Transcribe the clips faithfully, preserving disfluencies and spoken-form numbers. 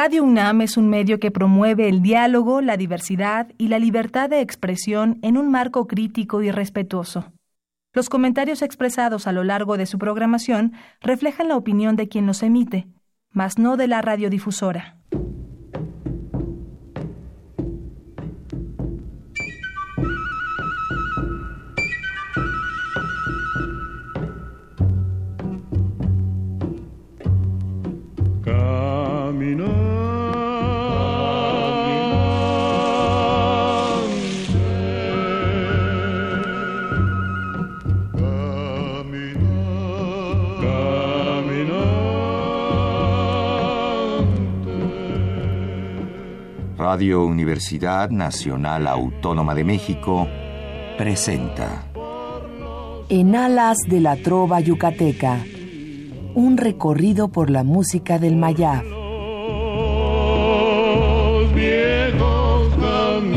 Radio UNAM es un medio que promueve el diálogo, la diversidad y la libertad de expresión en un marco crítico y respetuoso. Los comentarios expresados a lo largo de su programación reflejan la opinión de quien los emite, mas no de la radiodifusora. Radio Universidad Nacional Autónoma de México presenta En alas de la trova yucateca, un recorrido por la música del Mayab. Los viejos caminos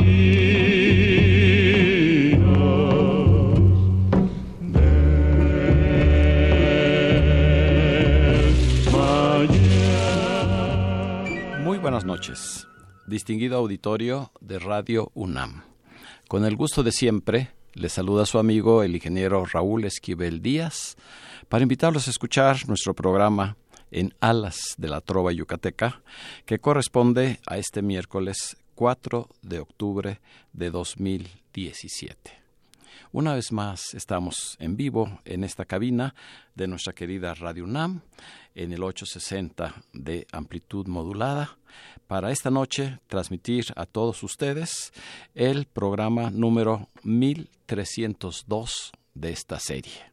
del Mayab. Muy buenas noches, distinguido auditorio de Radio UNAM. Con el gusto de siempre, le saluda su amigo el ingeniero Raúl Esquivel Díaz para invitarlos a escuchar nuestro programa En Alas de la Trova Yucateca, que corresponde a este miércoles cuatro de octubre de dos mil diecisiete. Una vez más estamos en vivo en esta cabina de nuestra querida Radio UNAM en el ochocientos sesenta de amplitud modulada para esta noche transmitir a todos ustedes el programa número mil trescientos dos de esta serie.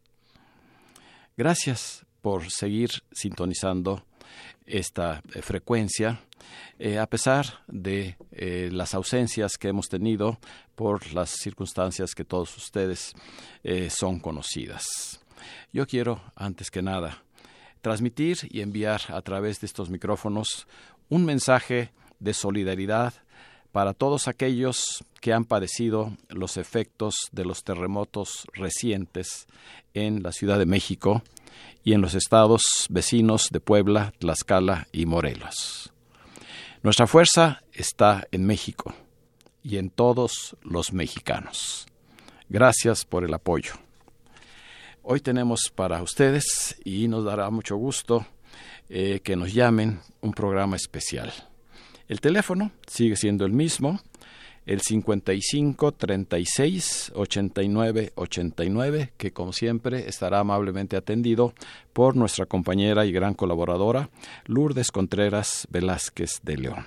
Gracias por seguir sintonizando esta eh, frecuencia, eh, a pesar de eh, las ausencias que hemos tenido por las circunstancias que todos ustedes eh, son conocidas. Yo quiero, antes que nada, transmitir y enviar a través de estos micrófonos un mensaje de solidaridad para todos aquellos que han padecido los efectos de los terremotos recientes en la Ciudad de México y en los estados vecinos de Puebla, Tlaxcala y Morelos. Nuestra fuerza está en México y en todos los mexicanos. Gracias por el apoyo. Hoy tenemos para ustedes, y nos dará mucho gusto eh, que nos llamen, un programa especial. El teléfono sigue siendo el mismo, el cincuenta y cinco, treinta y seis, ochenta y nueve, ochenta y nueve, que como siempre estará amablemente atendido por nuestra compañera y gran colaboradora, Lourdes Contreras Velázquez de León.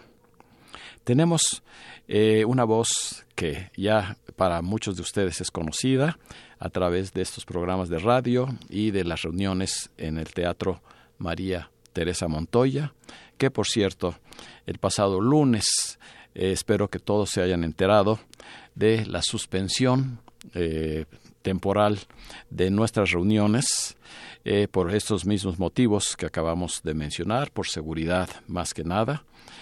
Tenemos eh, una voz que ya para muchos de ustedes es conocida a través de estos programas de radio y de las reuniones en el Teatro María Teresa Montoya, que por cierto, el pasado lunes, eh, espero que todos se hayan enterado de la suspensión eh, temporal de nuestras reuniones eh, por estos mismos motivos que acabamos de mencionar, por seguridad más que nada,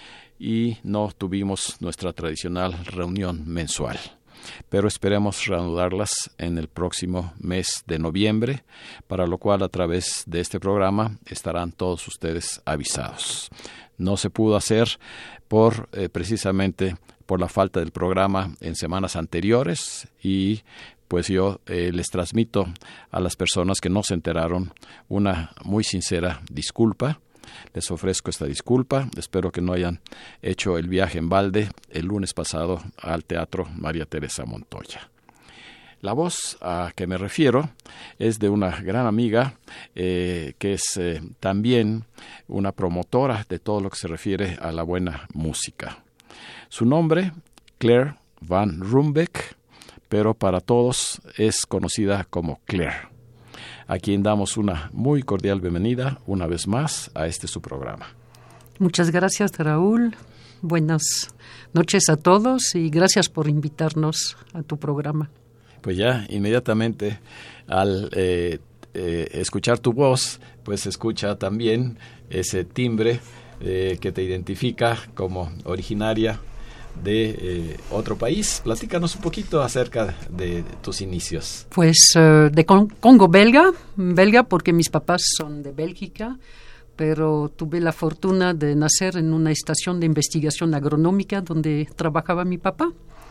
y no tuvimos nuestra tradicional reunión mensual. Pero esperemos reanudarlas en el próximo mes de noviembre, para lo cual a través de este programa estarán todos ustedes avisados. No se pudo hacer por eh, precisamente por la falta del programa en semanas anteriores y pues yo eh, les transmito a las personas que no se enteraron una muy sincera disculpa. Les ofrezco esta disculpa. Espero que no hayan hecho el viaje en balde el lunes pasado al Teatro María Teresa Montoya. La voz a que me refiero es de una gran amiga eh, que es eh, también una promotora de todo lo que se refiere a la buena música. Su nombre, Claire Van Rumbeck, pero para todos es conocida como Claire, a quien damos una muy cordial bienvenida una vez más a este su programa. Muchas gracias, Raúl. Buenas noches a todos y gracias por invitarnos a tu programa. Pues ya inmediatamente al eh, eh, escuchar tu voz, pues escucha también ese timbre eh, que te identifica como originaria de eh, otro país. Platícanos un poquito acerca de, de tus inicios. Pues uh, de Con- Congo belga, belga porque mis papás son de Bélgica, pero tuve la fortuna de nacer en una estación de investigación agronómica donde trabajaba mi papá.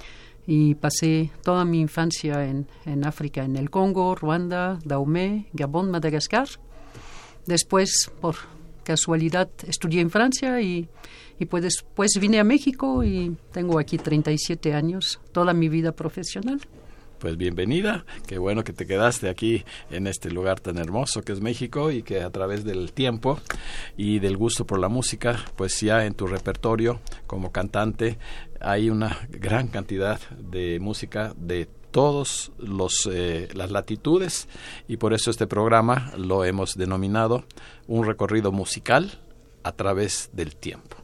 Y pasé toda mi infancia en, en África, en el Congo, Ruanda, Dahomey, Gabón, Madagascar. Después, por casualidad, estudié en Francia y, y pues después vine a México y tengo aquí treinta y siete años, toda mi vida profesional. Pues bienvenida, qué bueno que te quedaste aquí en este lugar tan hermoso que es México y que a través del tiempo y del gusto por la música, pues ya en tu repertorio como cantante hay una gran cantidad de música de todos los eh, las latitudes y por eso este programa lo hemos denominado un recorrido musical a través del tiempo.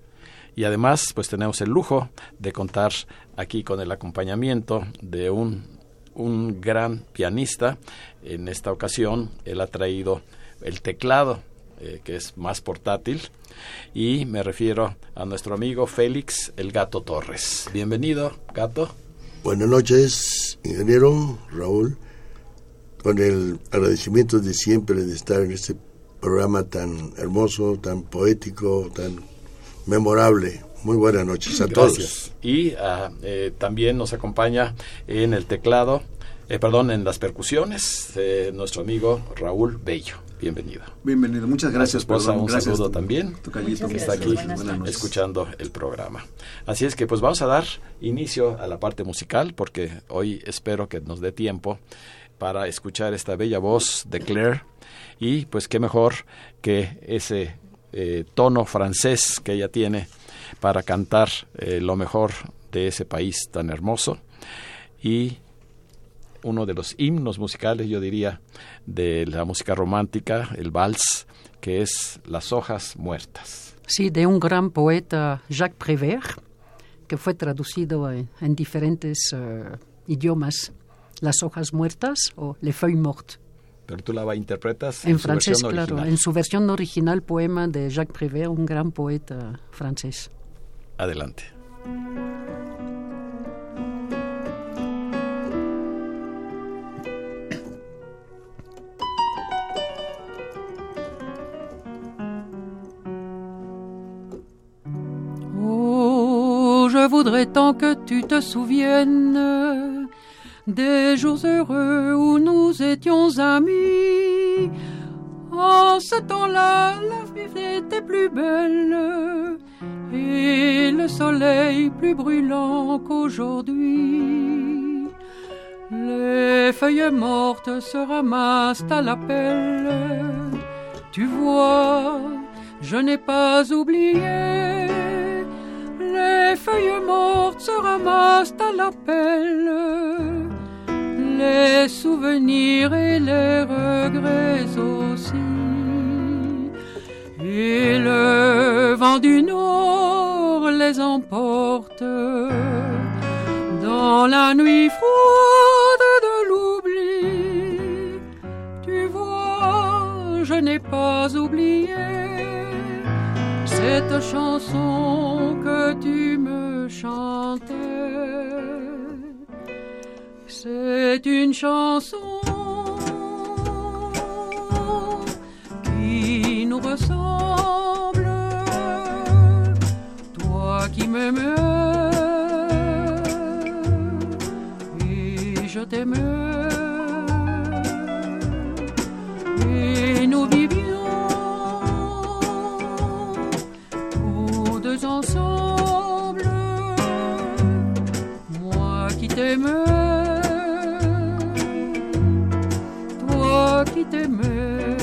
Y además, pues tenemos el lujo de contar aquí con el acompañamiento de un, un gran pianista. En esta ocasión, él ha traído el teclado, eh, que es más portátil, y me refiero a nuestro amigo Félix El Gato Torres. Bienvenido, Gato. Buenas noches, ingeniero Raúl, con el agradecimiento de siempre de estar en este programa tan hermoso, tan poético, tan memorable. Muy buenas noches a Gracias. todos. Y uh, eh, también nos acompaña en el teclado, eh, perdón, en las percusiones, eh, nuestro amigo Raúl Bello. Bienvenido. Bienvenido, muchas gracias. Esposa, perdón, un gracias, saludo tu, también, tu callito, que está aquí escuchando el programa. Así es que pues vamos a dar inicio a la parte musical, porque hoy espero que nos dé tiempo para escuchar esta bella voz de Claire, y pues qué mejor que ese eh, tono francés que ella tiene para cantar eh, lo mejor de ese país tan hermoso, y uno de los himnos musicales, yo diría, de la música romántica, el vals, que es Las hojas muertas. Sí, de un gran poeta, Jacques Prévert, que fue traducido en, en diferentes uh, idiomas, Las hojas muertas o Les feuilles mortes. Pero tú la interpretas en, en su francés, versión claro, original. en su versión original, poema de Jacques Prévert, un gran poeta francés. Adelante. Oh, je voudrais tant que tu te souviennes des jours heureux où nous étions amis. En ce temps-là, la vie était plus belle et le soleil plus brûlant qu'aujourd'hui. Les feuilles mortes se ramassent à la pelle. Tu vois, je n'ai pas oublié. Les feuilles mortes se ramassent à la pelle. Les souvenirs et les regrets aussi. Et le vent du nord les emporte dans la nuit froide de l'oubli. Tu vois, je n'ai pas oublié cette chanson que tu me chantais. C'est une chanson qui nous ressemble, toi qui m'aimais et je t'aimais, et nous vivions tous deux ensemble, moi qui t'aimais, qui t'aimait.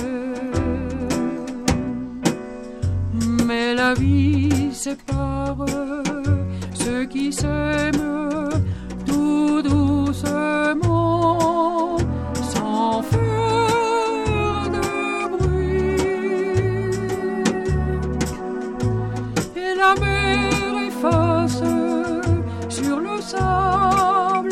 Mais la vie sépare ceux qui s'aiment tout doucement, sans faire de bruit. Et la mer efface sur le sable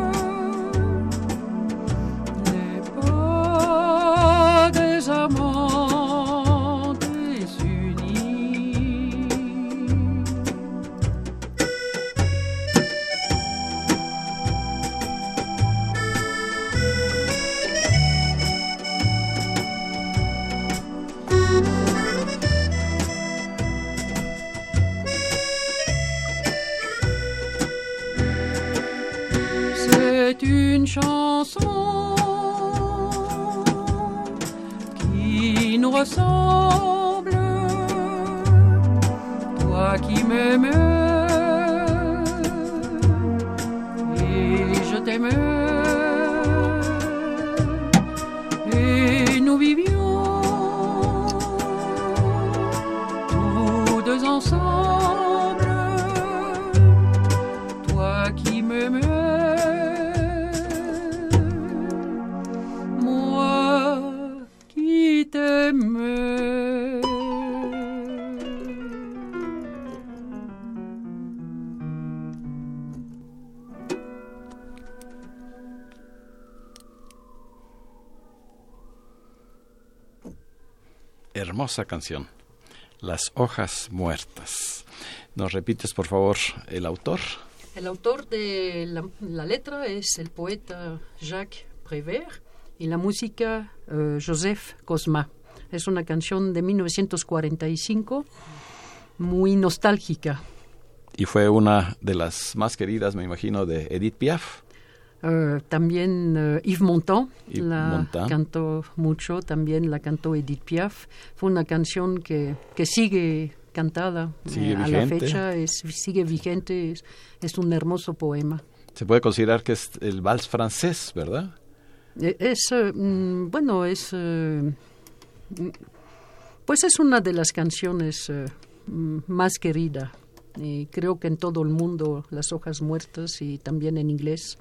amants désunis. une chanson qui nous ressemble, toi qui m'aimais et je t'aimais, et nous vivions tous deux ensemble, toi qui m'aimais, moi qui t'aimais. Hermosa canción, Las hojas muertas. ¿Nos repites, por favor, el autor? El autor de la, la letra es el poeta Jacques Prévert y la música uh, Joseph Cosma. Es una canción de mil novecientos cuarenta y cinco, muy nostálgica. Y fue una de las más queridas, me imagino, de Edith Piaf. Uh, también uh, Yves Montand Yves la Montand. cantó mucho, también la cantó Edith Piaf. Fue una canción que, que sigue cantada Sigue eh, a la vigente. fecha, es, sigue vigente, es, es un hermoso poema. Se puede considerar que es el vals francés, ¿verdad? Eh, Es, uh, mm, bueno, es, uh, mm, pues es una de las canciones uh, mm, más querida. Y creo que en todo el mundo, Las hojas muertas y también en inglés.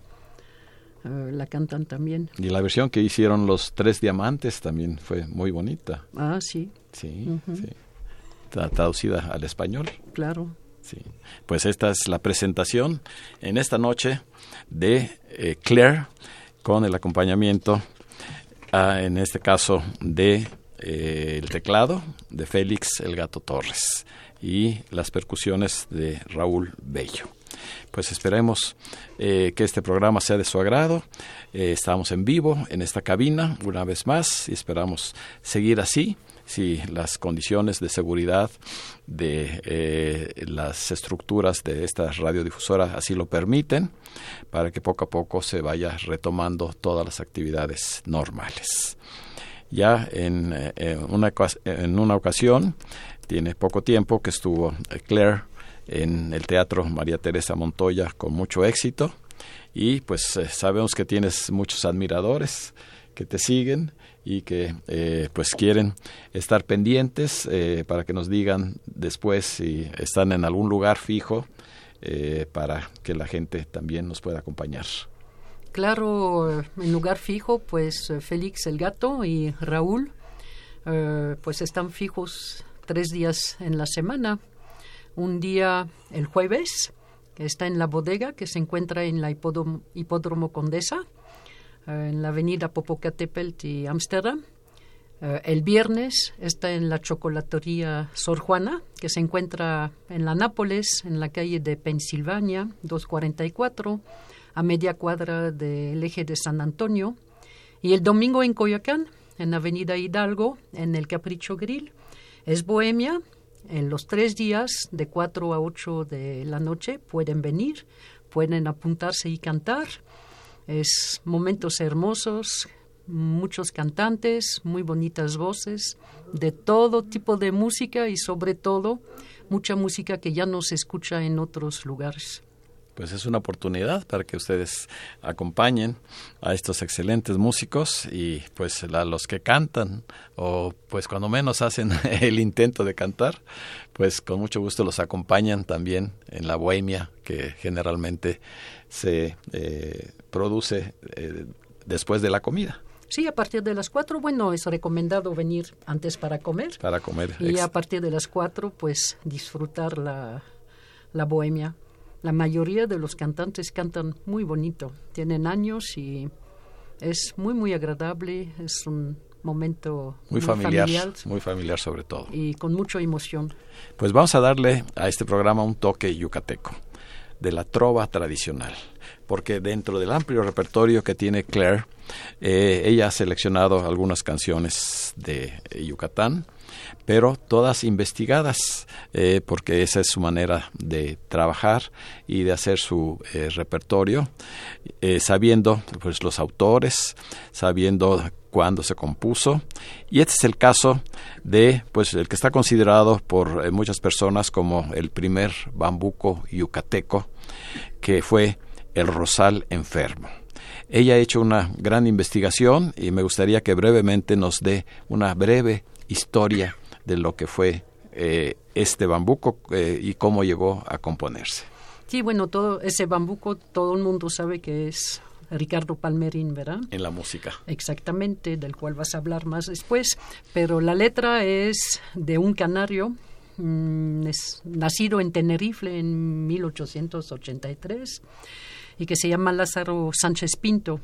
Uh, la cantan también. Y la versión que hicieron los Tres Diamantes también fue muy bonita. Ah, sí. Sí, Uh-huh. sí. Tra- Traducida al español. Claro. Sí. Pues esta es la presentación en esta noche de eh, Claire con el acompañamiento, ah, en este caso, de eh, el teclado de Félix El Gato Torres y las percusiones de Raúl Bello. Pues esperemos eh, que este programa sea de su agrado. Eh, estamos en vivo en esta cabina una vez más y esperamos seguir así, si las condiciones de seguridad de eh, las estructuras de esta radiodifusora así lo permiten, para que poco a poco se vaya retomando todas las actividades normales. Ya en, eh, en, una, en una ocasión, tiene poco tiempo que estuvo eh, Claire en el Teatro María Teresa Montoya con mucho éxito, y pues eh, sabemos que tienes muchos admiradores que te siguen y que eh, pues quieren estar pendientes eh, para que nos digan después si están en algún lugar fijo, eh, para que la gente también nos pueda acompañar. Claro, en lugar fijo, pues Félix el Gato y Raúl, eh, pues están fijos tres días en la semana. Un día el jueves, que está en la bodega, que se encuentra en la hipódromo, hipódromo Condesa, eh, en la avenida Popocatépetl y Ámsterdam. Eh, el viernes está en la chocolatería Sor Juana, que se encuentra en la Nápoles, en la calle de Pensilvania, doscientos cuarenta y cuatro, a media cuadra del eje de San Antonio. Y el domingo en Coyoacán, en avenida Hidalgo, en el Capricho Grill. Es bohemia. En los tres días, de cuatro a ocho de la noche, pueden venir, pueden apuntarse y cantar. Es momentos hermosos, muchos cantantes, muy bonitas voces, de todo tipo de música y sobre todo mucha música que ya no se escucha en otros lugares. Pues es una oportunidad para que ustedes acompañen a estos excelentes músicos y pues a los que cantan, o pues cuando menos hacen el intento de cantar, pues con mucho gusto los acompañan también en la bohemia que generalmente se eh, produce eh, después de la comida. Sí, a partir de las cuatro, bueno, es recomendado venir antes para comer. Para comer. Y a partir de las cuatro, pues disfrutar la, la bohemia. La mayoría de los cantantes cantan muy bonito, tienen años y es muy, muy agradable, es un momento muy, muy familiar, familiar, muy familiar sobre todo. Y con mucha emoción. Pues vamos a darle a este programa un toque yucateco, de la trova tradicional, porque dentro del amplio repertorio que tiene Claire, eh, ella ha seleccionado algunas canciones de Yucatán pero todas investigadas, eh, porque esa es su manera de trabajar y de hacer su eh, repertorio, eh, sabiendo pues los autores, sabiendo cuándo se compuso, y este es el caso de pues el que está considerado por eh, muchas personas como el primer bambuco yucateco, que fue el Rosal Enfermo. Ella ha hecho una gran investigación y me gustaría que brevemente nos dé una breve historia de lo que fue eh, este bambuco eh, y cómo llegó a componerse. Sí, bueno, todo ese bambuco, todo el mundo sabe que es Ricardo Palmerín, ¿verdad? En la música. Exactamente, del cual vas a hablar más después, pero la letra es de un canario, mmm, es nacido en Tenerife en mil ochocientos ochenta y tres y que se llama Lázaro Sánchez Pinto.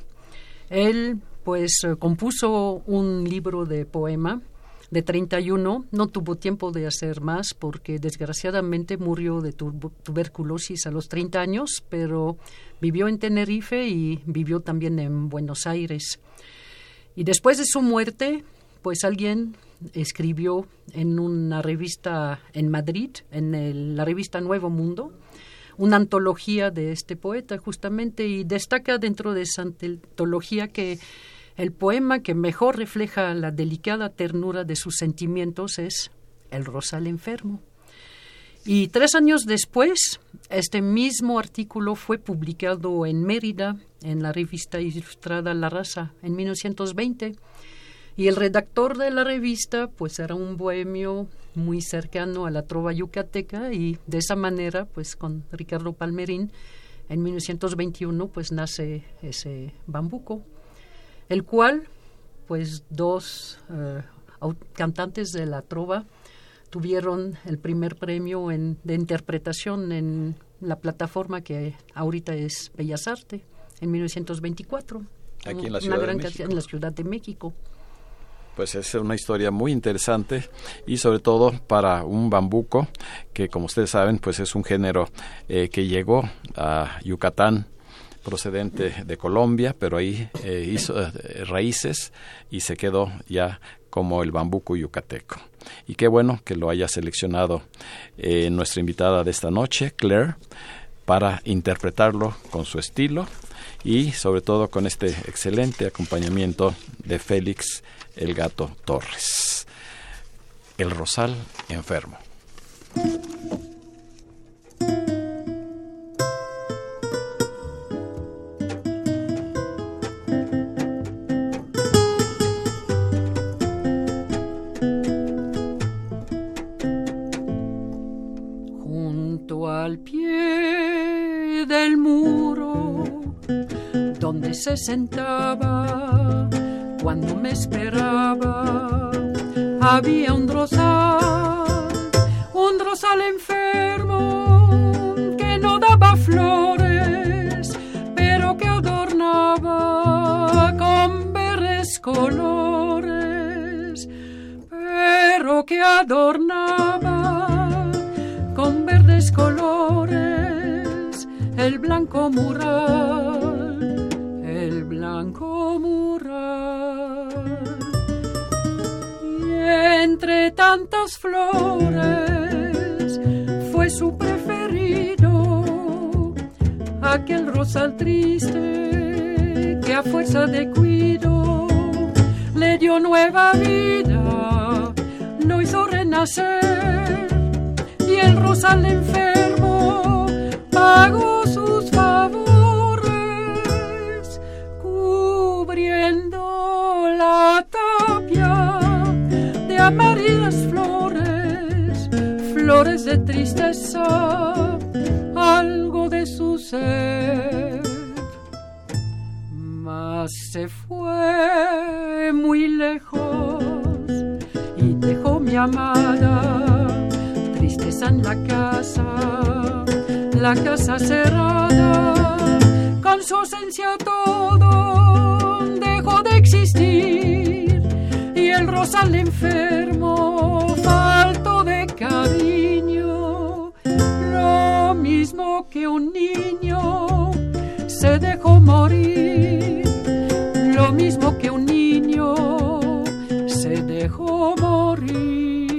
Él, pues, compuso un libro de poema de treinta y uno, no tuvo tiempo de hacer más porque desgraciadamente murió de tu- tuberculosis a los treinta años, pero vivió en Tenerife y vivió también en Buenos Aires. Y después de su muerte, pues alguien escribió en una revista en Madrid, en el- la revista Nuevo Mundo, una antología de este poeta justamente, y destaca dentro de esa antología que el poema que mejor refleja la delicada ternura de sus sentimientos es El Rosal Enfermo. Y tres años después, este mismo artículo fue publicado en Mérida, en la revista ilustrada La Raza, en mil novecientos veinte. Y el redactor de la revista, pues era un bohemio muy cercano a la trova yucateca, y de esa manera, pues con Ricardo Palmerín, en mil novecientos veintiuno, pues nace ese bambuco, el cual, pues dos uh, cantantes de la trova tuvieron el primer premio en, de interpretación en la plataforma que ahorita es Bellas Artes, en mil novecientos veinticuatro. Aquí en la Una Ciudad de gran México. cantidad en la Ciudad de México. Pues es una historia muy interesante y sobre todo para un bambuco que, como ustedes saben, pues es un género eh, que llegó a Yucatán procedente de Colombia, pero ahí eh, hizo eh, raíces y se quedó ya como el bambuco yucateco. Y qué bueno que lo haya seleccionado eh, nuestra invitada de esta noche, Claire, para interpretarlo con su estilo y sobre todo con este excelente acompañamiento de Félix El Gato Torres. El Rosal Enfermo. Junto al pie del muro donde se sentaba cuando me esperaba, había un rosal, un rosal enfermo que no daba flores, pero que adornaba con verdes colores, pero que adornaba con verdes colores el blanco mural, el blanco mural. Y entre tantas flores fue su preferido aquel rosal triste que a fuerza de cuido le dio nueva vida, lo hizo renacer. Y el rosal enfermo pagó sus favores, cubriendo la tapia de amarillas flores, flores de tristeza, algo de su ser. Mas se fue muy lejos y dejó mi amada tristeza en la casa, la casa cerrada, con su ausencia todo dejó de existir, y el rosal enfermo faltó de cariño, lo mismo que un niño se dejó morir, lo mismo que un niño se dejó morir.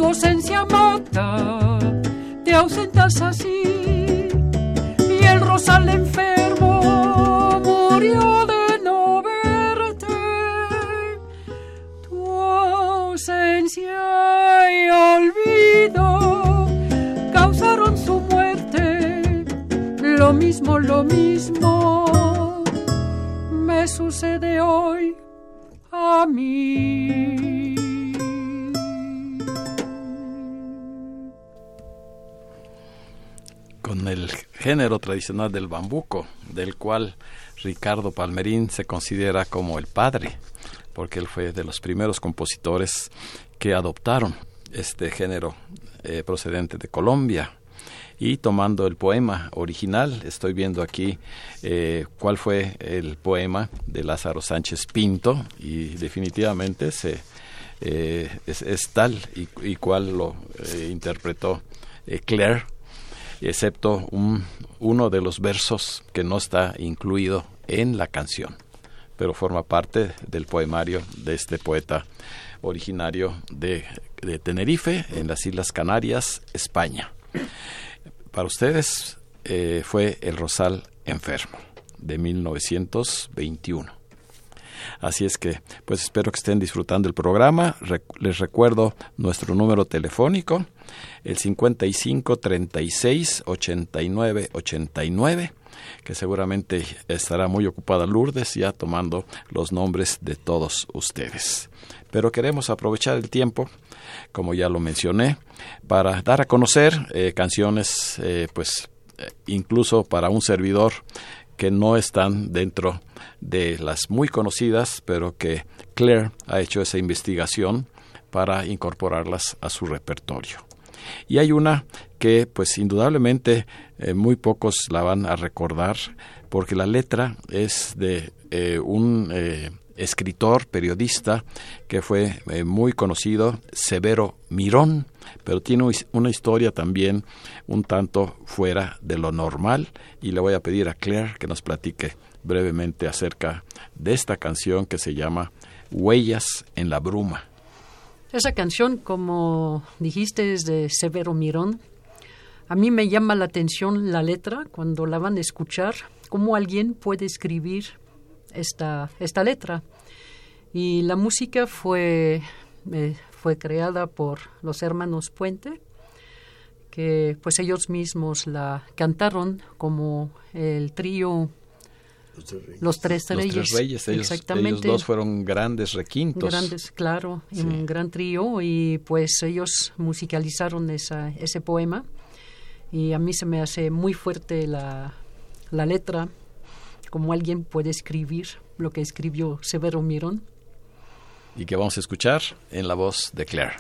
tu ausencia mata, te ausentas así, y el rosal enfermo murió de no verte. Tu ausencia y olvido causaron su muerte, lo mismo, lo mismo me sucede hoy a mí. Con el género tradicional del bambuco, del cual Ricardo Palmerín se considera como el padre, porque él fue de los primeros compositores que adoptaron este género eh, procedente de Colombia. Y tomando el poema original, estoy viendo aquí eh, cuál fue el poema de Lázaro Sánchez Pinto, y definitivamente se, eh, es, es tal y, y cual lo eh, interpretó eh, Claire, excepto un, uno de los versos que no está incluido en la canción, pero forma parte del poemario de este poeta originario de, de Tenerife, en las Islas Canarias, España. Para ustedes eh, fue El Rosal Enfermo, de mil novecientos veintiuno. Así es que, pues espero que estén disfrutando el programa. Re- les recuerdo nuestro número telefónico, el cincuenta y cinco, treinta y seis, ochenta y nueve, ochenta y nueve, que seguramente estará muy ocupada Lourdes ya tomando los nombres de todos ustedes. Pero queremos aprovechar el tiempo, como ya lo mencioné, para dar a conocer eh, canciones, eh, pues eh, incluso para un servidor, que no están dentro de las muy conocidas, pero que Claire ha hecho esa investigación para incorporarlas a su repertorio. Y hay una que, pues indudablemente, eh, muy pocos la van a recordar, porque la letra es de eh, un eh, escritor, periodista, que fue eh, muy conocido, Severo Mirón, pero tiene una historia también un tanto fuera de lo normal, y le voy a pedir a Claire que nos platique brevemente acerca de esta canción que se llama Huellas en la Bruma. Esa canción, como dijiste, es de Severo Mirón. A mí me llama la atención la letra cuando la van a escuchar, cómo alguien puede escribir esta, esta letra. Y la música fue, eh, fue creada por los hermanos Puente, que pues ellos mismos la cantaron como el trío Los Tres Reyes. Los Tres Reyes. Los Tres Reyes, ellos, Exactamente. ellos dos fueron grandes requintos. Grandes, claro, Sí. un gran trío, y pues ellos musicalizaron esa, ese poema, y a mí se me hace muy fuerte la, la letra, como alguien puede escribir lo que escribió Severo Mirón. Y que vamos a escuchar en la voz de Claire.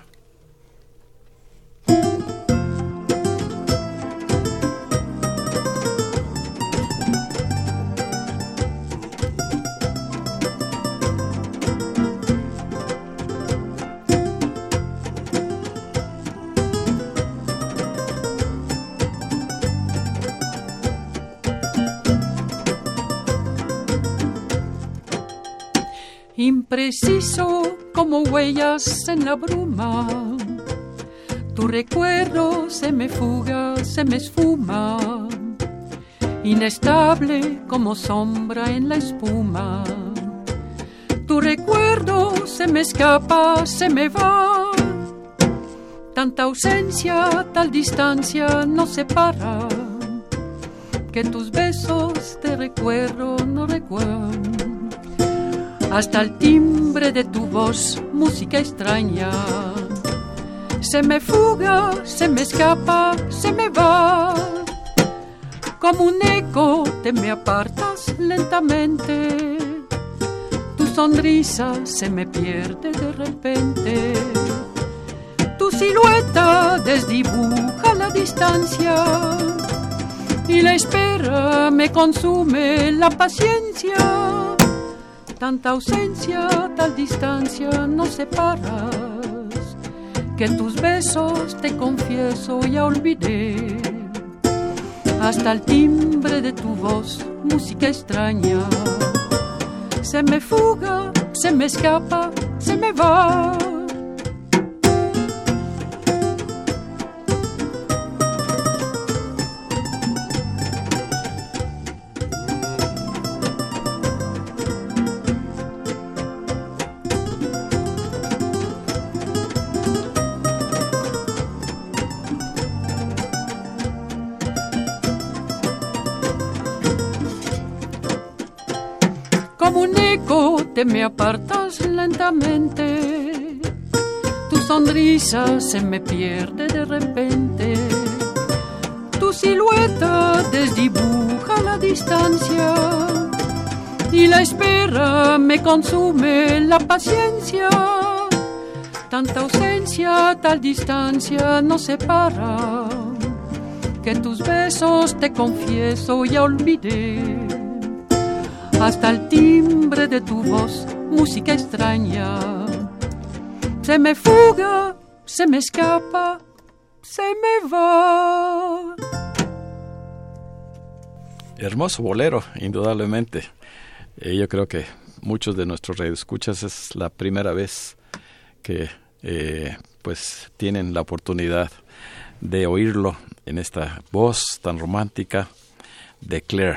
Impreciso como huellas en la bruma, tu recuerdo se me fuga, se me esfuma, inestable como sombra en la espuma. Tu recuerdo se me escapa, se me va, tanta ausencia, tal distancia nos separa, que tus besos te recuerdo, no recuerdo. Hasta el timbre de tu voz, música extraña, se me fuga, se me escapa, se me va. Como un eco te me apartas lentamente, tu sonrisa se me pierde de repente. Tu silueta desdibuja la distancia, y la espera me consume la paciencia. Tanta ausencia, tal distancia nos separas, que tus besos te confieso ya olvidé. Hasta el timbre de tu voz, música extraña, se me fuga, se me escapa, se me va. como un eco te me apartas lentamente, tu sonrisa se me pierde de repente, tu silueta desdibuja la distancia y la espera me consume la paciencia. Tanta ausencia, tal distancia nos separa, que tus besos, te confieso, ya olvidé. Hasta el timbre de tu voz, música extraña, se me fuga, se me escapa, se me va. Hermoso bolero, indudablemente. Eh, yo creo que muchos de nuestros radioescuchas es la primera vez que eh, pues tienen la oportunidad de oírlo en esta voz tan romántica de Claire.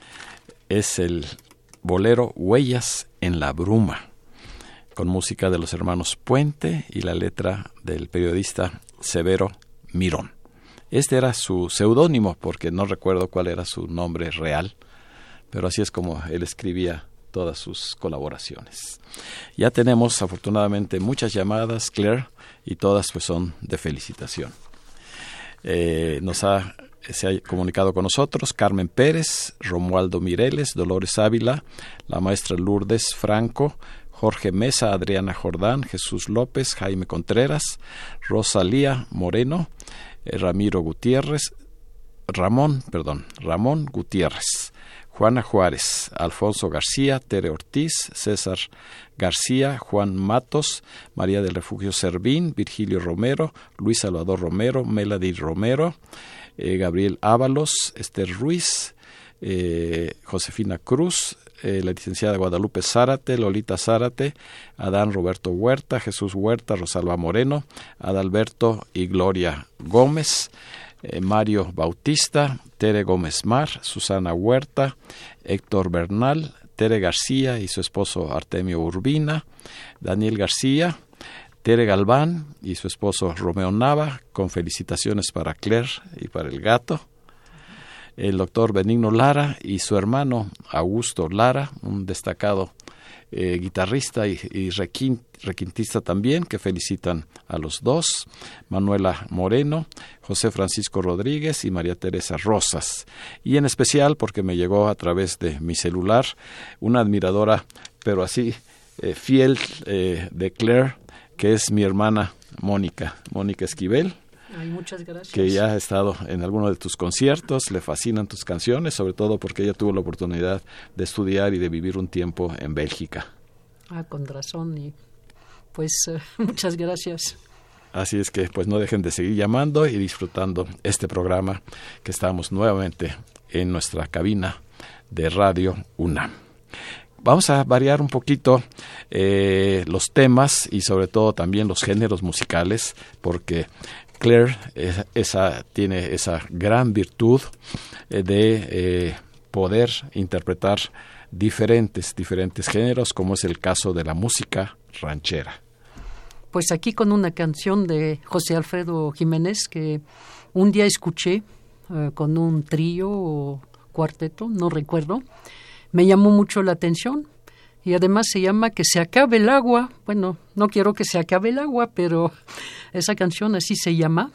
Es el bolero Huellas en la Bruma, con música de los hermanos Puente y la letra del periodista Severo Mirón. Este era su seudónimo, porque no recuerdo cuál era su nombre real, pero así es como él escribía todas sus colaboraciones. Ya tenemos afortunadamente muchas llamadas, Claire, y todas pues son de felicitación. Eh, nos ha, se ha comunicado con nosotros Carmen Pérez, Romualdo Mireles, Dolores Ávila, la maestra Lourdes Franco, Jorge Mesa, Adriana Jordán, Jesús López, Jaime Contreras, Rosalía Moreno, eh, Ramiro Gutiérrez, Ramón, perdón, Ramón Gutiérrez, Juana Juárez, Alfonso García, Tere Ortiz, César García, Juan Matos, María del Refugio Servín, Virgilio Romero, Luis Salvador Romero, Melody Romero, eh, Gabriel Ábalos, Esther Ruiz, eh, Josefina Cruz, eh, la licenciada Guadalupe Zárate, Lolita Zárate, Adán Roberto Huerta, Jesús Huerta, Rosalba Moreno, Adalberto y Gloria Gómez, Eh, Mario Bautista, Tere Gómez Mar, Susana Huerta, Héctor Bernal, Tere García y su esposo Artemio Urbina, Daniel García, Tere Galván y su esposo Romeo Nava, con felicitaciones para Claire y para el gato, el doctor Benigno Lara y su hermano Augusto Lara, un destacado Eh, guitarrista y, y requint, requintista también, que felicitan a los dos, Manuela Moreno, José Francisco Rodríguez y María Teresa Rosas. Y en especial, porque me llegó a través de mi celular, una admiradora, pero así eh, fiel eh, de Claire, que es mi hermana Mónica, Mónica Esquivel. Ay, muchas gracias. Que ya ha estado en alguno de tus conciertos, le fascinan tus canciones, sobre todo porque ella tuvo la oportunidad de estudiar y de vivir un tiempo en Bélgica. Ah, con razón, y pues uh, muchas gracias. Así es que pues no dejen de seguir llamando y disfrutando este programa, que estamos nuevamente en nuestra cabina de Radio UNAM. Vamos a variar un poquito eh, los temas y sobre todo también los géneros musicales, porque Claire eh, esa, tiene esa gran virtud eh, de eh, poder interpretar diferentes, diferentes géneros, como es el caso de la música ranchera. Pues aquí con una canción de José Alfredo Jiménez que un día escuché eh, con un trío o cuarteto, no recuerdo, me llamó mucho la atención. Y además se llama Que se acabe el agua. Bueno, no quiero que se acabe el agua, pero esa canción así se llama.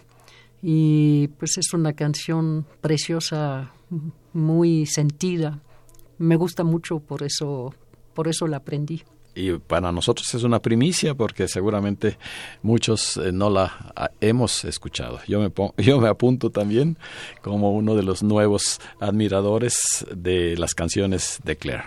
Y pues es una canción preciosa, muy sentida. Me gusta mucho, por eso, por eso la aprendí. Y para nosotros es una primicia, porque seguramente muchos eh, no la a, hemos escuchado. Yo me, pon, yo me apunto también como uno de los nuevos admiradores de las canciones de Claire.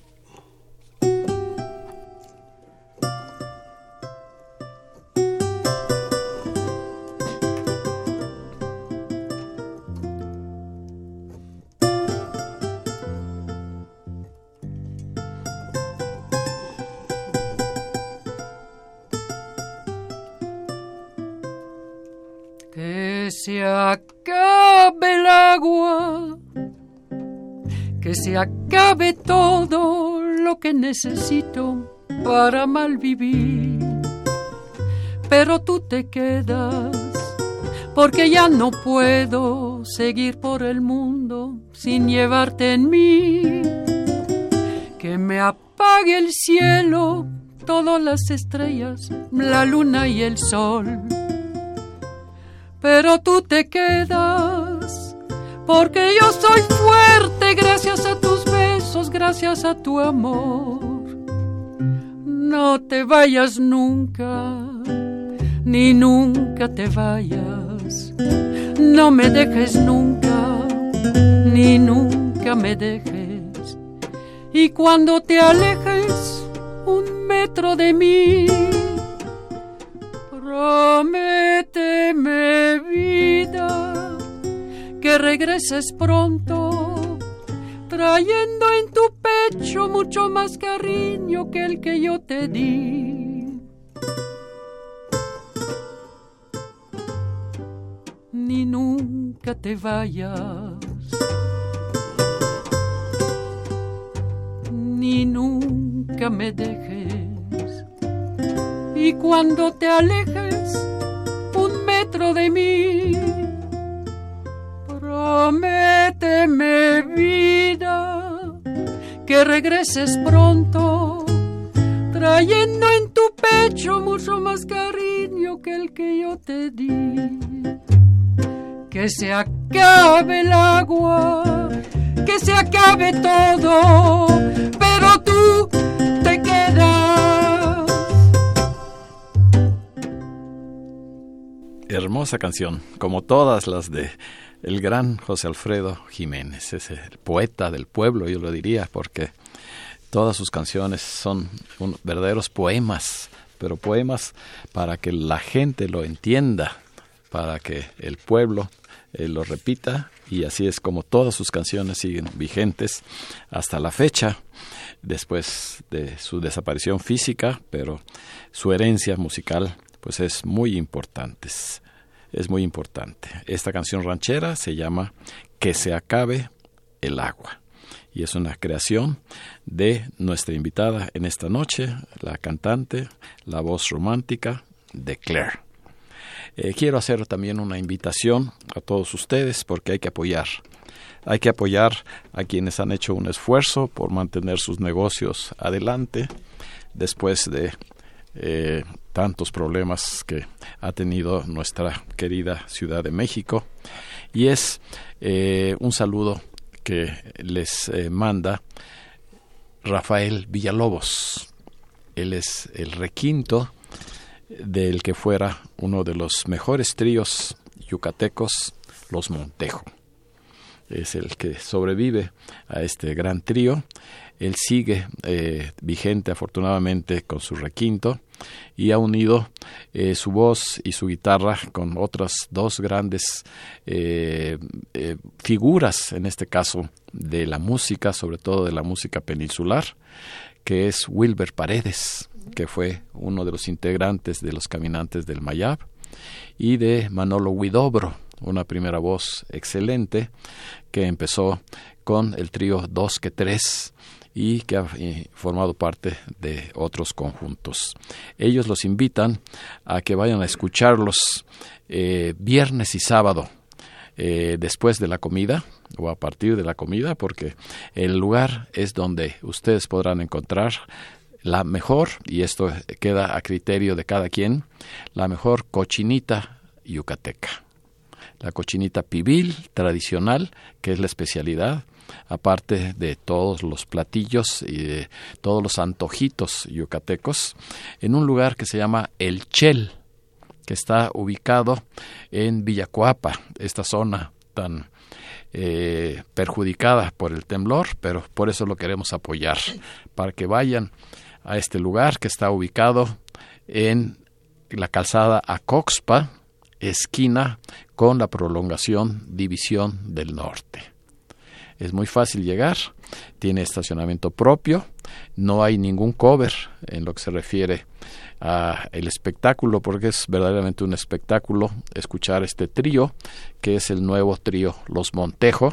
Que se acabe el agua, que se acabe todo lo que necesito para malvivir. Pero tú te quedas porque ya no puedo seguir por el mundo sin llevarte en mí. que me apague el cielo, todas las estrellas, la luna y el sol. Pero tú te quedas, porque yo soy fuerte gracias a tus besos, gracias a tu amor. No te vayas nunca, ni nunca te vayas. No me dejes nunca, ni nunca me dejes. Y cuando te alejes un metro de mí, prométeme, vida, que regreses pronto, trayendo en tu pecho mucho más cariño que el que yo te di. Ni nunca te vayas, ni nunca me dejes. Y cuando te alejes un metro de mí, prométeme, vida, que regreses pronto, trayendo en tu pecho mucho más cariño que el que yo te di. Que se acabe el agua, que se acabe todo, pero tú te quedas. Hermosa canción, como todas las de el gran José Alfredo Jiménez, es el poeta del pueblo, yo lo diría, porque todas sus canciones son un, verdaderos poemas, pero poemas para que la gente lo entienda, para que el pueblo eh, lo repita, y así es como todas sus canciones siguen vigentes hasta la fecha, después de su desaparición física, pero su herencia musical pues es muy importante, es muy importante. Esta canción ranchera se llama Que se acabe el agua, y es una creación de nuestra invitada en esta noche, la cantante, la voz romántica de Claire. Eh, quiero hacer también una invitación a todos ustedes, porque hay que apoyar. Hay que apoyar a quienes han hecho un esfuerzo por mantener sus negocios adelante después de eh, tantos problemas que ha tenido nuestra querida Ciudad de México. Y es eh, un saludo que les eh, manda Rafael Villalobos. Él es el requinto del que fuera uno de los mejores tríos yucatecos, los Montejo. Es el que sobrevive a este gran trío. Él sigue eh, vigente afortunadamente con su requinto y ha unido eh, su voz y su guitarra con otras dos grandes eh, eh, figuras, en este caso de la música, sobre todo de la música peninsular, que es Wilber Paredes, que fue uno de los integrantes de los Caminantes del Mayab, y de Manolo Huidobro, una primera voz excelente que empezó con el trío Dos que Tres y que ha formado parte de otros conjuntos. Ellos los invitan a que vayan a escucharlos eh, viernes y sábado, eh, después de la comida o a partir de la comida, porque el lugar es donde ustedes podrán encontrar la mejor, y esto queda a criterio de cada quien, la mejor cochinita yucateca. La cochinita pibil tradicional, que es la especialidad, aparte de todos los platillos y de todos los antojitos yucatecos, en un lugar que se llama El Chel, que está ubicado en Villacuapa, esta zona tan eh, perjudicada por el temblor, pero por eso lo queremos apoyar, para que vayan a este lugar que está ubicado en la calzada Acoxpa, esquina con la prolongación División del Norte. Es muy fácil llegar, tiene estacionamiento propio, no hay ningún cover en lo que se refiere a el espectáculo, porque es verdaderamente un espectáculo escuchar este trío, que es el nuevo trío Los Montejo,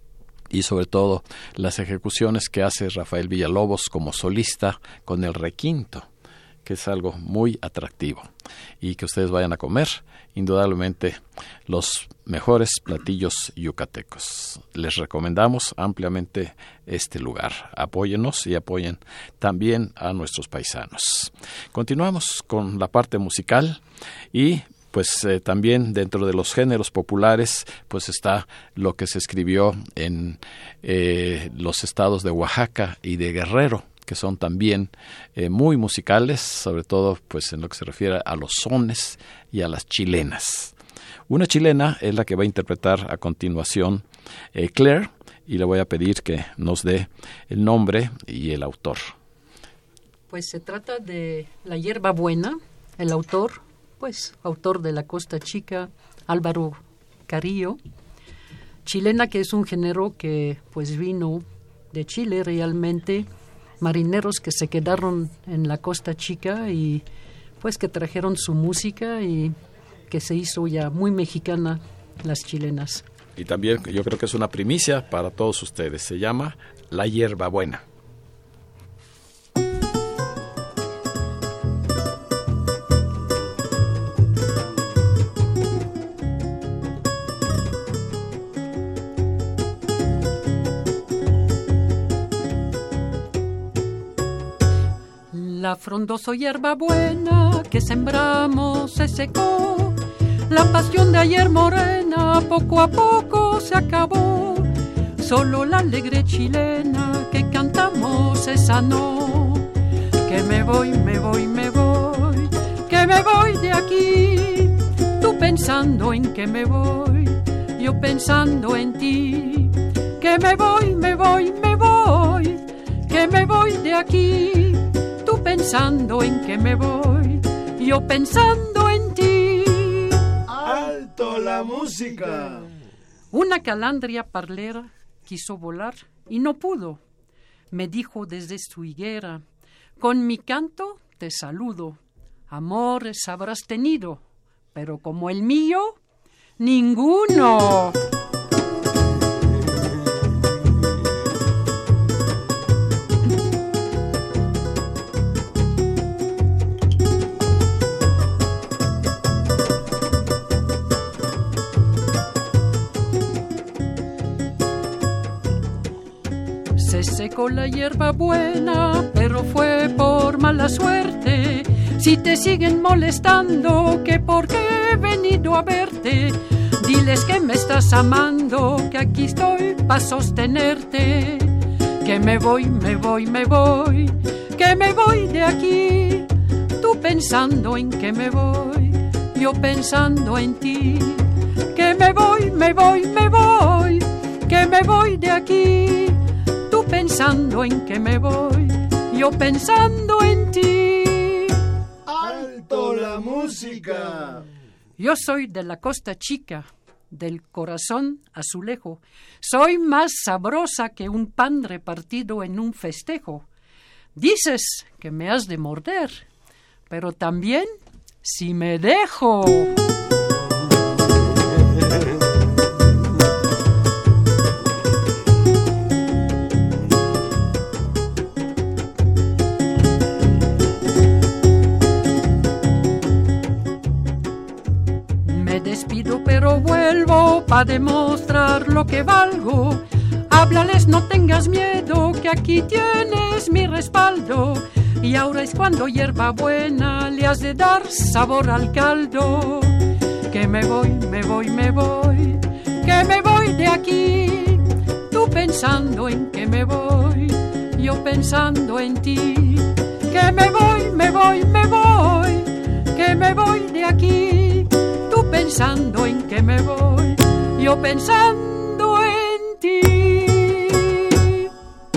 y sobre todo las ejecuciones que hace Rafael Villalobos como solista con el requinto, que es algo muy atractivo, y que ustedes vayan a comer, indudablemente, los mejores platillos yucatecos. Les recomendamos ampliamente este lugar. Apóyennos y apoyen también a nuestros paisanos. Continuamos con la parte musical y pues eh, también dentro de los géneros populares pues está lo que se escribió en eh, los estados de Oaxaca y de Guerrero, que son también eh, muy musicales, sobre todo pues en lo que se refiere a los sones y a las chilenas. Una chilena es la que va a interpretar a continuación eh, Claire, y le voy a pedir que nos dé el nombre y el autor. Pues se trata de La Hierba Buena, el autor, pues autor de La Costa Chica, Álvaro Carrillo, chilena, que es un género que pues vino de Chile realmente, marineros que se quedaron en la Costa Chica y pues que trajeron su música y que se hizo ya muy mexicana las chilenas. Y también yo creo que es una primicia para todos ustedes. Se llama La Hierba Buena. La frondosa hierba buena que sembramos se secó, la pasión de ayer morena poco a poco se acabó, solo la alegre chilena que cantamos se sanó. Que me voy, me voy, me voy, que me voy de aquí, tú pensando en que me voy, yo pensando en ti. Que me voy, me voy, me voy, que me voy de aquí, tú pensando en que me voy, yo pensando en ti. ¡Alto la música! Una calandria parlera quiso volar y no pudo. Me dijo desde su higuera, con mi canto te saludo. Amores habrás tenido, pero como el mío, ninguno. Se secó la hierba buena, pero fue por mala suerte. Si te siguen molestando, que porque he venido a verte, diles que me estás amando, que aquí estoy para sostenerte. Que me voy, me voy, me voy, que me voy de aquí, tú pensando en que me voy, yo pensando en ti. Que me voy, me voy, me voy, que me voy de aquí, tú pensando en que me voy, yo pensando en ti. ¡Alto la música! Yo soy de la Costa Chica, del corazón azulejo. Soy más sabrosa que un pan repartido en un festejo. Dices que me has de morder, pero también si me dejo. Despido pero vuelvo pa' demostrar lo que valgo. Háblales, no tengas miedo, que aquí tienes mi respaldo. Y ahora es cuando hierba buena le has de dar sabor al caldo. Que me voy, me voy, me voy, que me voy de aquí, tú pensando en que me voy, yo pensando en ti. Que me voy, me voy, me voy, que me voy de aquí, pensando en que me voy, yo pensando en ti.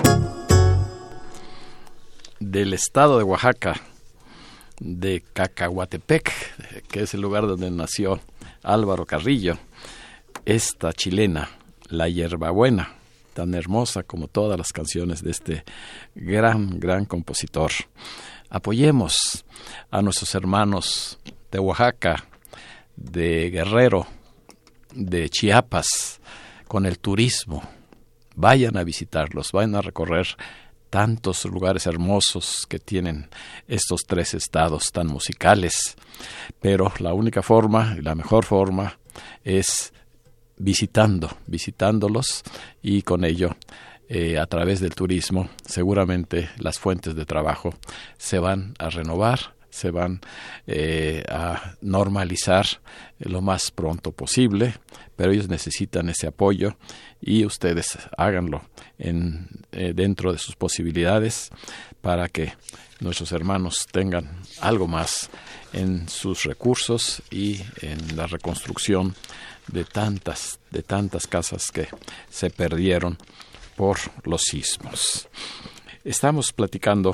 Del estado de Oaxaca, de Cacahuatepec, que es el lugar donde nació Álvaro Carrillo, esta chilena, La Hierbabuena, tan hermosa como todas las canciones de este gran, gran compositor. Apoyemos a nuestros hermanos de Oaxaca, de Guerrero, de Chiapas, con el turismo. Vayan a visitarlos, vayan a recorrer tantos lugares hermosos que tienen estos tres estados tan musicales, pero la única forma y la mejor forma es visitando, visitándolos y con ello, eh, a través del turismo, seguramente las fuentes de trabajo se van a renovar, se van eh, a normalizar lo más pronto posible, pero ellos necesitan ese apoyo y ustedes háganlo en, eh, dentro de sus posibilidades para que nuestros hermanos tengan algo más en sus recursos y en la reconstrucción de tantas, de tantas casas que se perdieron por los sismos. Estamos platicando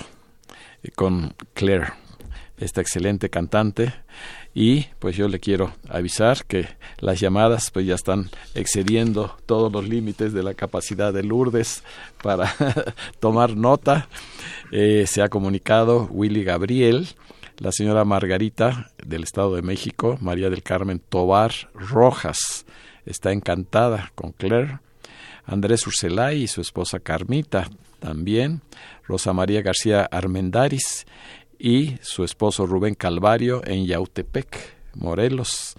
con Claire, esta excelente cantante, y pues yo le quiero avisar que las llamadas pues ya están excediendo todos los límites de la capacidad de Lourdes para tomar nota. Eh, se ha comunicado Willy Gabriel, la señora Margarita del Estado de México, María del Carmen Tobar Rojas, está encantada con Claire, Andrés Urselay y su esposa Carmita también, Rosa María García Armendáriz y su esposo Rubén Calvario en Yautepec, Morelos,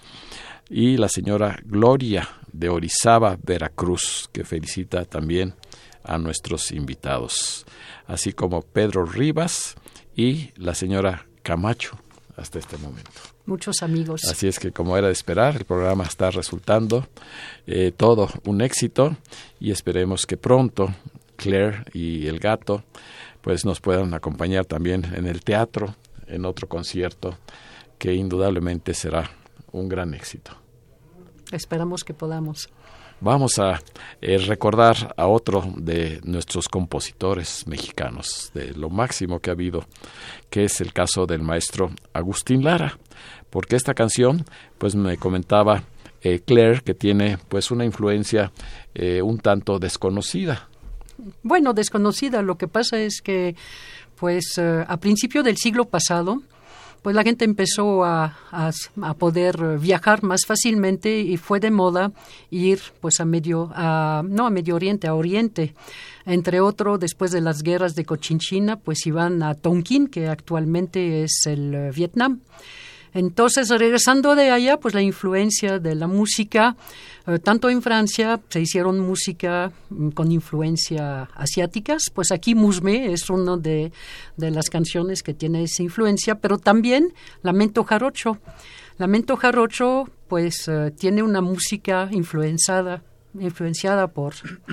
y la señora Gloria de Orizaba, Veracruz, que felicita también a nuestros invitados, así como Pedro Rivas y la señora Camacho hasta este momento. Muchos amigos. Así es que, como era de esperar, el programa está resultando eh, todo un éxito y esperemos que pronto Claire y el gato pues nos puedan acompañar también en el teatro, en otro concierto que indudablemente será un gran éxito. Esperamos que podamos. Vamos a eh, recordar a otro de nuestros compositores mexicanos, de lo máximo que ha habido, que es el caso del maestro Agustín Lara, porque esta canción, pues me comentaba eh, Claire, que tiene pues una influencia eh, un tanto desconocida. Bueno, desconocida. Lo que pasa es que, pues, uh, a principio del siglo pasado, pues la gente empezó a, a, a poder viajar más fácilmente y fue de moda ir, pues, a medio, a, no a Medio Oriente, a Oriente. Entre otro, después de las guerras de Cochinchina, pues iban a Tonkin, que actualmente es el uh, Vietnam. Entonces, regresando de allá, pues la influencia de la música, eh, tanto en Francia se hicieron música mm, con influencia asiáticas, pues aquí Musmé es una de, de las canciones que tiene esa influencia, pero también Lamento Jarocho. Lamento Jarocho, pues, eh, tiene una música influenciada, influenciada por,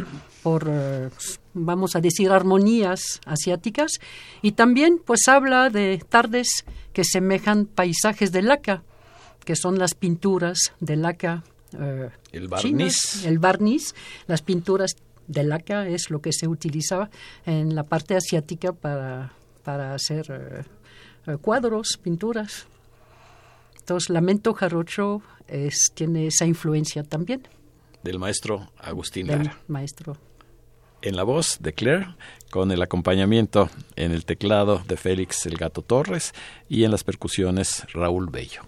por eh, vamos a decir, armonías asiáticas, y también, pues, habla de tardes que semejan paisajes de laca, que son las pinturas de laca eh, el barniz. chinas, el barniz, las pinturas de laca es lo que se utilizaba en la parte asiática para, para hacer eh, cuadros, pinturas. Entonces, Lamento Jarocho es, tiene esa influencia también. Del maestro Agustín Lara. Del maestro. En la voz de Claire, con el acompañamiento en el teclado de Félix el Gato Torres y en las percusiones Raúl Bello.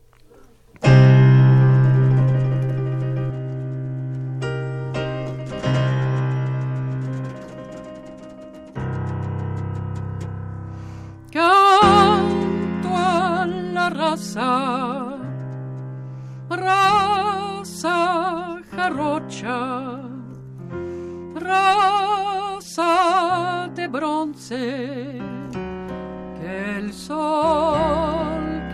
Canto a la raza, raza jarocha, raza de bronce, que el sol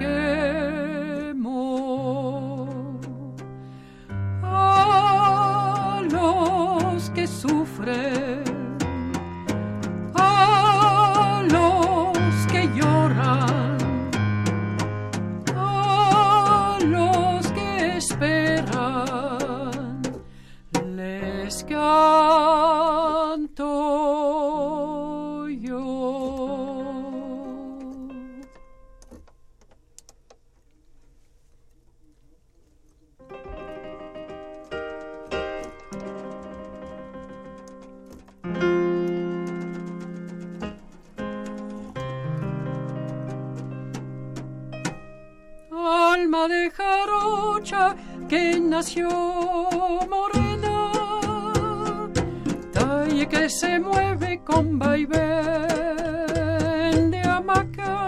quemó. A los que sufren, a los que lloran, a los que esperan, les canto yo. Alma de jarocha que nació morena, calle que se mueve con vaivén de hamaca,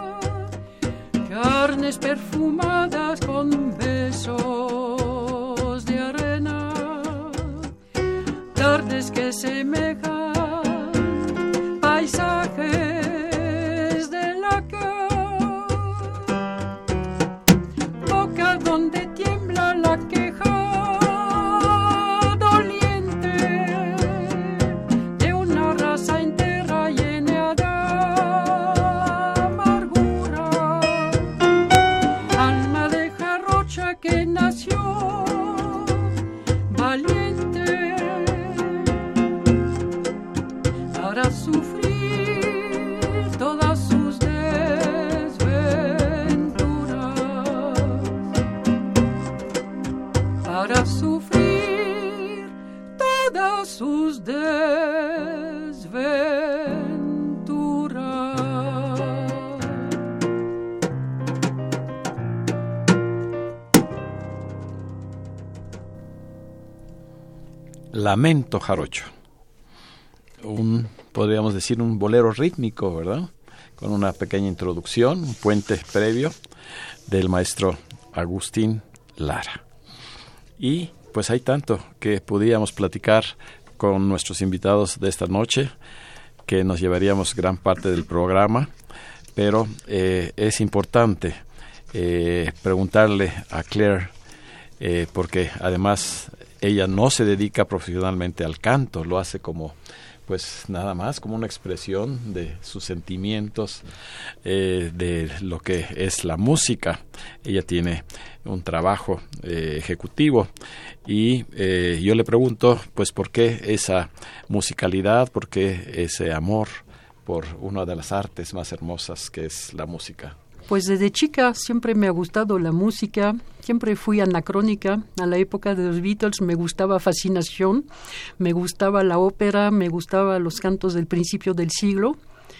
carnes perfumadas con besos de arena, tardes que semejan paisajes de laca, boca donde tiembla la queja doliente de una raza entera llena de amargura, alma de jarocha que nació valiente para sufrir todas sus desventuras, para sufrir todas sus desventuras. Lamento jarocho. Un, podríamos decir, un bolero rítmico, ¿verdad? Con una pequeña introducción, un puente previo del maestro Agustín Lara. Y pues hay tanto que podíamos platicar con nuestros invitados de esta noche, que nos llevaríamos gran parte del programa, pero eh, es importante eh, preguntarle a Claire, eh, porque además ella no se dedica profesionalmente al canto, lo hace como pues nada más como una expresión de sus sentimientos, eh, de lo que es la música. Ella tiene un trabajo eh, ejecutivo y eh, yo le pregunto, pues, ¿por qué esa musicalidad, por qué ese amor por una de las artes más hermosas que es la música? Pues desde chica siempre me ha gustado la música, siempre fui anacrónica. A la época de los Beatles me gustaba Fascinación, me gustaba la ópera, me gustaban los cantos del principio del siglo,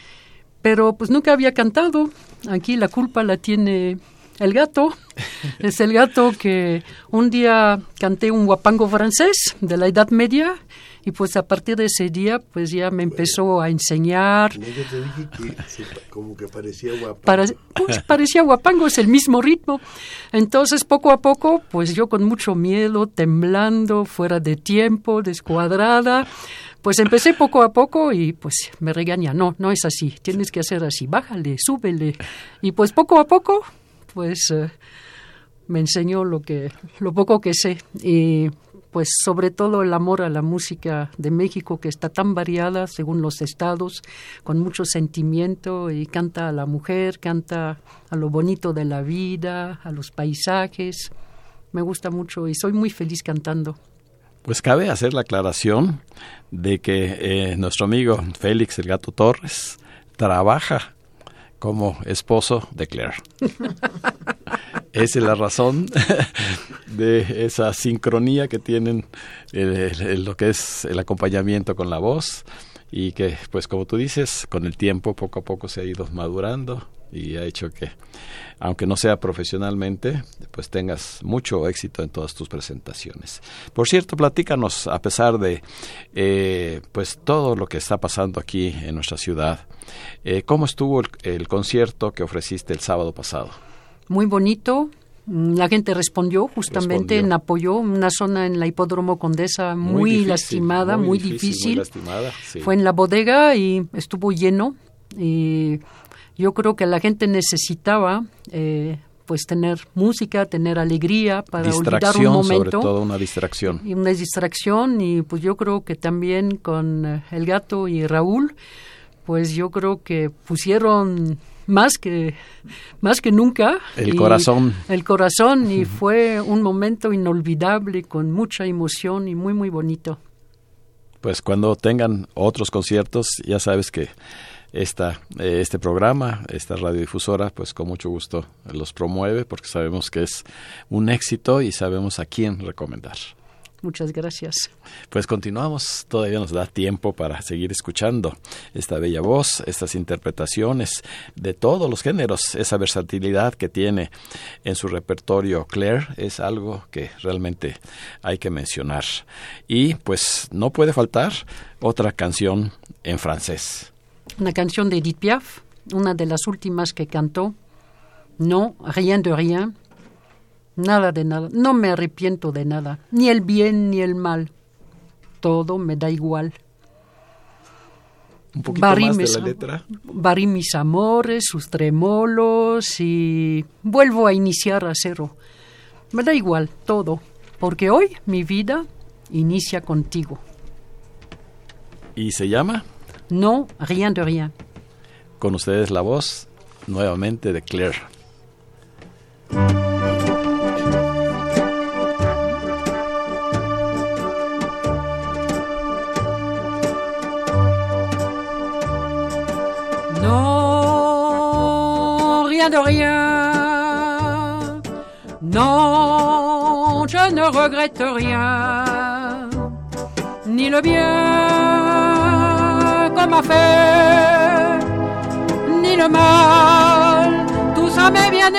pero pues nunca había cantado. Aquí la culpa la tiene el gato. Es el gato que un día canté un guapango francés de la Edad Media, y pues a partir de ese día pues ya me empezó bueno, a enseñar. Yo te dije que se, como que parecía guapango. Para, pues, parecía guapango, es el mismo ritmo. Entonces poco a poco pues yo con mucho miedo, temblando, fuera de tiempo, descuadrada, pues empecé poco a poco y pues me regaña, no, no es así, tienes que hacer así, bájale, súbele. Y pues poco a poco pues eh, me enseñó lo que lo poco que sé, y pues sobre todo el amor a la música de México, que está tan variada según los estados, con mucho sentimiento, y canta a la mujer, canta a lo bonito de la vida, a los paisajes. Me gusta mucho y soy muy feliz cantando. Pues cabe hacer la aclaración de que eh, nuestro amigo Félix el Gato Torres trabaja como esposo de Claire. Esa es la razón de esa sincronía que tienen eh, lo que es el acompañamiento con la voz, y que, pues como tú dices, con el tiempo poco a poco se ha ido madurando y ha hecho que, aunque no sea profesionalmente, pues tengas mucho éxito en todas tus presentaciones. Por cierto, platícanos, a pesar de eh, pues todo lo que está pasando aquí en nuestra ciudad, eh, ¿cómo estuvo el, el concierto que ofreciste el sábado pasado? Muy bonito. La gente respondió justamente respondió. en apoyo, una zona en la Hipódromo Condesa muy, muy difícil, lastimada, muy, muy difícil. difícil. Muy lastimada, sí. Fue en la bodega y estuvo lleno, y yo creo que la gente necesitaba eh, pues tener música, tener alegría para olvidar un momento. Sobre todo una distracción. Y una distracción, y pues yo creo que también con eh, el Gato y Raúl, pues yo creo que pusieron más que más que nunca el corazón el corazón y fue un momento inolvidable, con mucha emoción y muy muy bonito. Pues cuando tengan otros conciertos, ya sabes que esta eh, este programa, esta radiodifusora, pues con mucho gusto los promueve, porque sabemos que es un éxito y sabemos a quién recomendar. Muchas gracias. Pues continuamos, todavía nos da tiempo para seguir escuchando esta bella voz, estas interpretaciones de todos los géneros, esa versatilidad que tiene en su repertorio Claire es algo que realmente hay que mencionar. Y pues no puede faltar otra canción en francés. Una canción de Edith Piaf, una de las últimas que cantó. No, rien de rien. Nada de nada, no me arrepiento de nada, ni el bien ni el mal, todo me da igual. Un poquito barrí más de mis, la letra. Barrí mis amores, sus tremolos y vuelvo a iniciar a cero. Me da igual todo, porque hoy mi vida inicia contigo. ¿Y se llama? No, rien de rien. Con ustedes la voz nuevamente de Claire. Non, rien de rien. Non, je ne regrette rien. Ni le bien qu'on m'a fait, ni le mal, tout ça m'est bien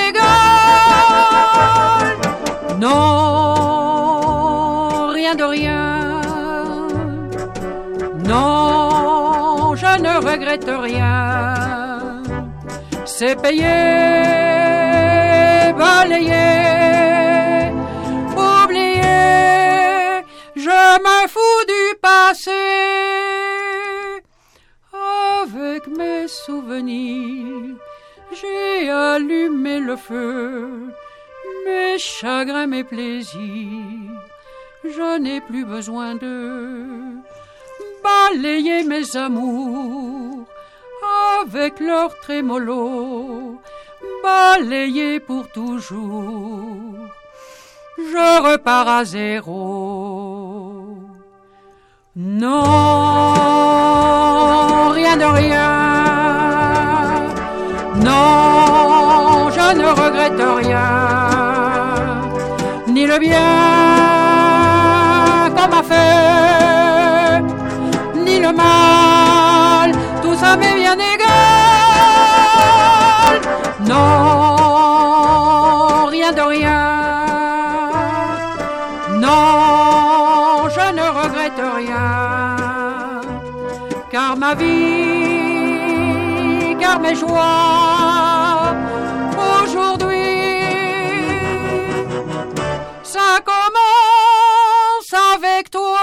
égal. Non, rien de rien. Non, je ne regrette rien. C'est payé, balayé, oublié. Je me fous du passé. Avec mes souvenirs, j'ai allumé le feu. Mes chagrins, mes plaisirs, je n'ai plus besoin de balayer mes amours avec leur trémolo, balayer pour toujours. Je repars à zéro. Non, rien de rien. Non, je ne regrette rien. Ni le bien qu'on m'a fait, ni le mal, tout ça m'est bien égal. Non, rien de rien. Non, je ne regrette rien. Car ma vie, car mes joies, aujourd'hui, ça commence avec toi.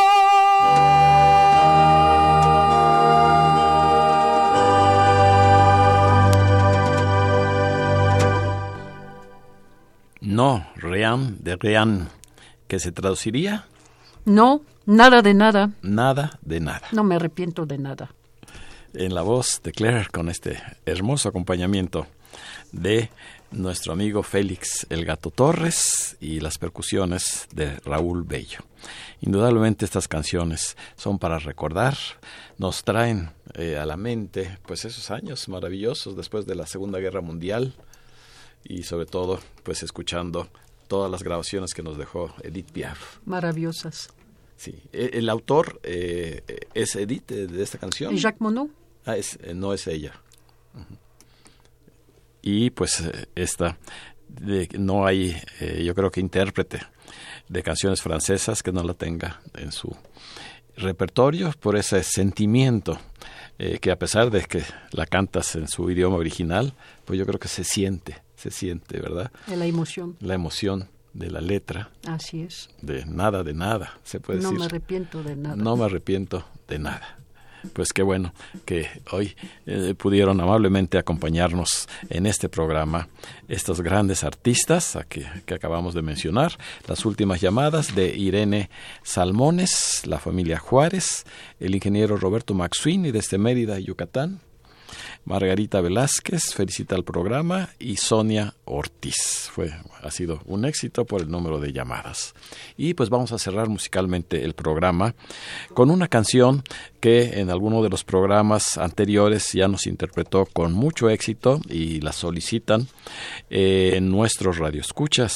No, rien de rien, que se traduciría. No, nada de nada. Nada de nada. No me arrepiento de nada. En la voz de Claire, con este hermoso acompañamiento de nuestro amigo Félix El Gato Torres y las percusiones de Raúl Bello. Indudablemente estas canciones son para recordar, nos traen eh, a la mente pues esos años maravillosos después de la Segunda Guerra Mundial y sobre todo pues escuchando todas las grabaciones que nos dejó Edith Piaf. Maravillosas. Sí, el, el autor eh, es Edith de, de esta canción. Jacques Monod. Ah, es, eh, no es ella. Uh-huh. Y pues eh, esta, de, no hay, eh, yo creo que intérprete de canciones francesas que no la tenga en su repertorio por ese sentimiento eh, que a pesar de que la cantas en su idioma original, pues yo creo que se siente, se siente, ¿verdad? La emoción. La emoción de la letra. Así es. De nada, de nada, se puede no decir. No me arrepiento de nada. No me arrepiento de nada. Pues qué bueno que hoy eh, pudieron amablemente acompañarnos en este programa estos grandes artistas a que, que acabamos de mencionar. Las últimas llamadas de Irene Salmones, la familia Juárez, el ingeniero Roberto Maxuini desde Mérida, Yucatán, Margarita Velázquez felicita al programa y Sonia Ortiz. Fue, ha sido un éxito por el número de llamadas. Y pues vamos a cerrar musicalmente el programa con una canción que en alguno de los programas anteriores ya nos interpretó con mucho éxito y la solicitan eh, en nuestros radioescuchas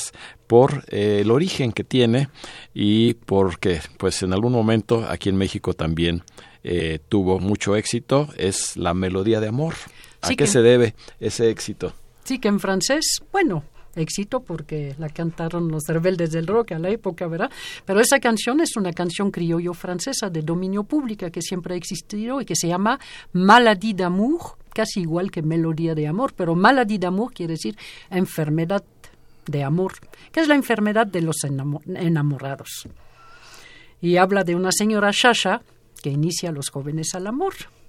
por eh, el origen que tiene y porque pues en algún momento aquí en México también eh, tuvo mucho éxito. Es la melodía de amor. ¿A sí qué que, se debe ese éxito? Sí, que en francés, bueno, éxito porque la cantaron los rebeldes del rock a la época, ¿verdad? Pero esa canción es una canción criollo francesa de dominio público que siempre ha existido y que se llama Maladie d'amour, casi igual que melodía de amor, pero Maladie d'amour quiere decir enfermedad de amor, que es la enfermedad de los enamorados. Y habla de una señora Shasha que inicia a los jóvenes al amor.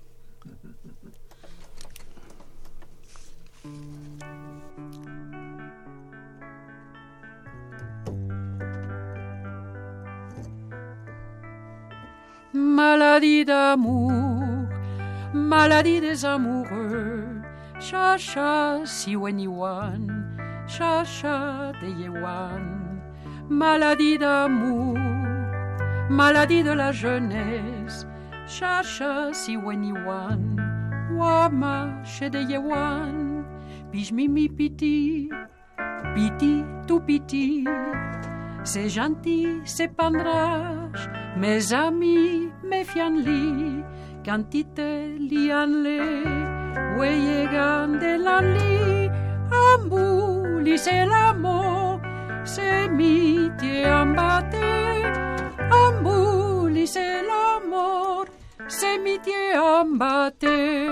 Maladie d'amour, maladie des amoureux, Shasha siweniwan, Shasha de yewan, maladie d'amour, maladie de la jeunesse, Shasha siweniwan, wama she de yewan, bijmimi piti, piti tu piti, c'est gentil, c'est pandrage, mes amis méfiant-li, quantité lian-le, ouais yegan de l'an-li, ambouli c'est l'amour, c'est mitié embatté, ambouli c'est l'amour, c'est mitié embatté.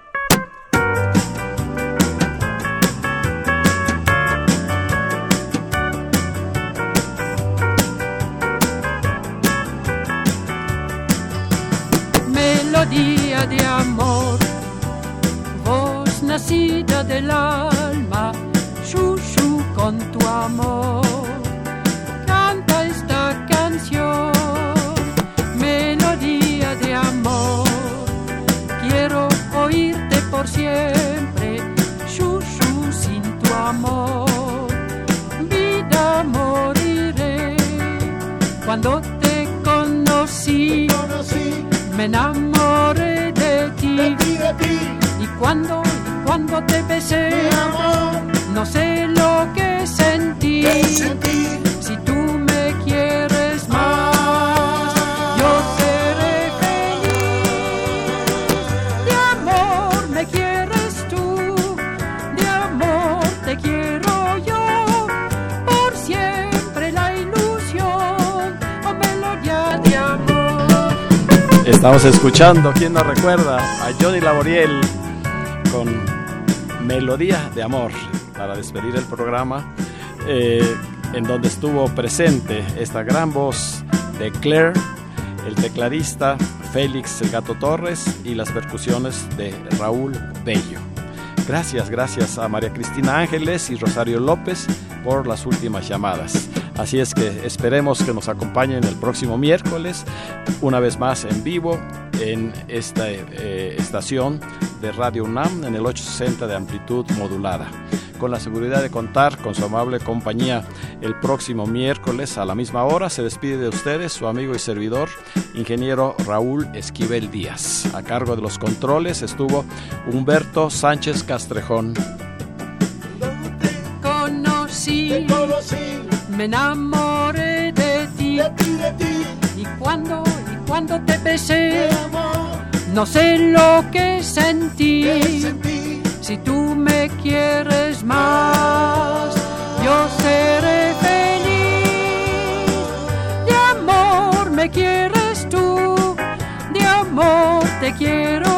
Melodía de amor, voz nacida del alma, chuchu con tu amor, canta esta canción. Melodía de amor, quiero oírte por siempre, chuchu sin tu amor, vida moriré. Cuando te conocí, me enamoré de ti, de ti, de ti. Y cuando, y cuando te besé, no sé lo que sentí. ¿Qué sentí? Si tú me quieres más, yo seré feliz. De amor me quieres tú, de amor te quiero yo, por siempre la ilusión o melodía de amor. Estamos escuchando, ¿quién nos recuerda? A Johnny Laboriel con Melodía de Amor para despedir el programa, eh, en donde estuvo presente esta gran voz de Claire, el tecladista Félix El Gato Torres y las percusiones de Raúl Bello. Gracias, gracias a María Cristina Ángeles y Rosario López por las últimas llamadas. Así es que esperemos que nos acompañen el próximo miércoles, una vez más en vivo, en esta eh, estación de Radio UNAM, en el ochocientos sesenta de amplitud modulada. Con la seguridad de contar con su amable compañía el próximo miércoles a la misma hora, se despide de ustedes su amigo y servidor, ingeniero Raúl Esquivel Díaz. A cargo de los controles estuvo Humberto Sánchez Castrejón. Te conocí, Te conocí. Me enamoré de ti, De ti, de ti. y cuando, y cuando te besé, De amor. no sé lo que sentí. ¿Qué sentí? Si tú me quieres más, yo seré feliz. De amor me quieres tú, de amor te quiero